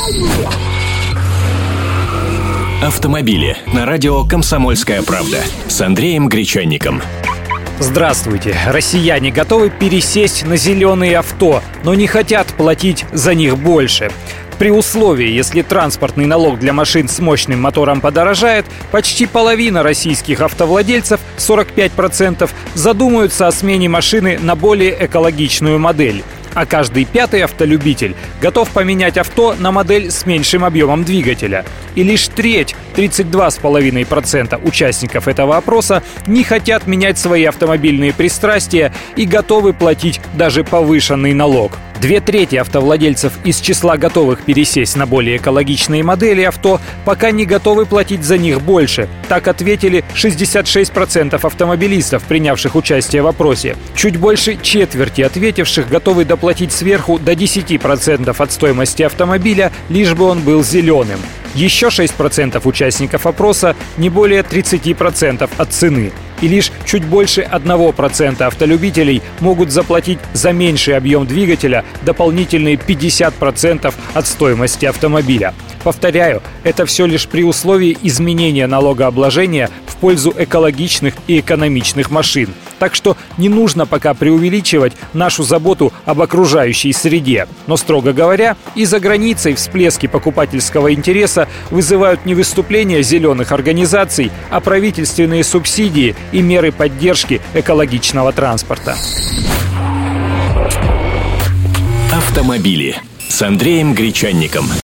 Автомобили на радио «Комсомольская правда» с Андреем Гречанником. Здравствуйте. Россияне готовы пересесть на зеленые авто, но не хотят платить за них больше. При условии, если транспортный налог для машин с мощным мотором подорожает, почти половина российских автовладельцев, 45%, задумаются о смене машины на более экологичную модель. А каждый пятый автолюбитель готов поменять авто на модель с меньшим объемом двигателя. И лишь треть, 32,5% участников этого опроса не хотят менять свои автомобильные пристрастия и готовы платить даже повышенный налог. 2/3 автовладельцев из числа готовых пересесть на более экологичные модели авто пока не готовы платить за них больше. Так ответили 66% автомобилистов, принявших участие в опросе. Чуть больше четверти ответивших готовы доплатить сверху до 10% от стоимости автомобиля, лишь бы он был зеленым. Еще 6% участников опроса не более 30% от цены. И лишь чуть больше 1% автолюбителей могут заплатить за меньший объем двигателя дополнительные 50% от стоимости автомобиля. Повторяю, это все лишь при условии изменения налогообложения в пользу экологичных и экономичных машин. Так что не нужно пока преувеличивать нашу заботу об окружающей среде. Но, строго говоря, и за границей всплески покупательского интереса вызывают не выступления зеленых организаций, а правительственные субсидии и меры поддержки экологичного транспорта. Автомобили с Андреем Гречанником.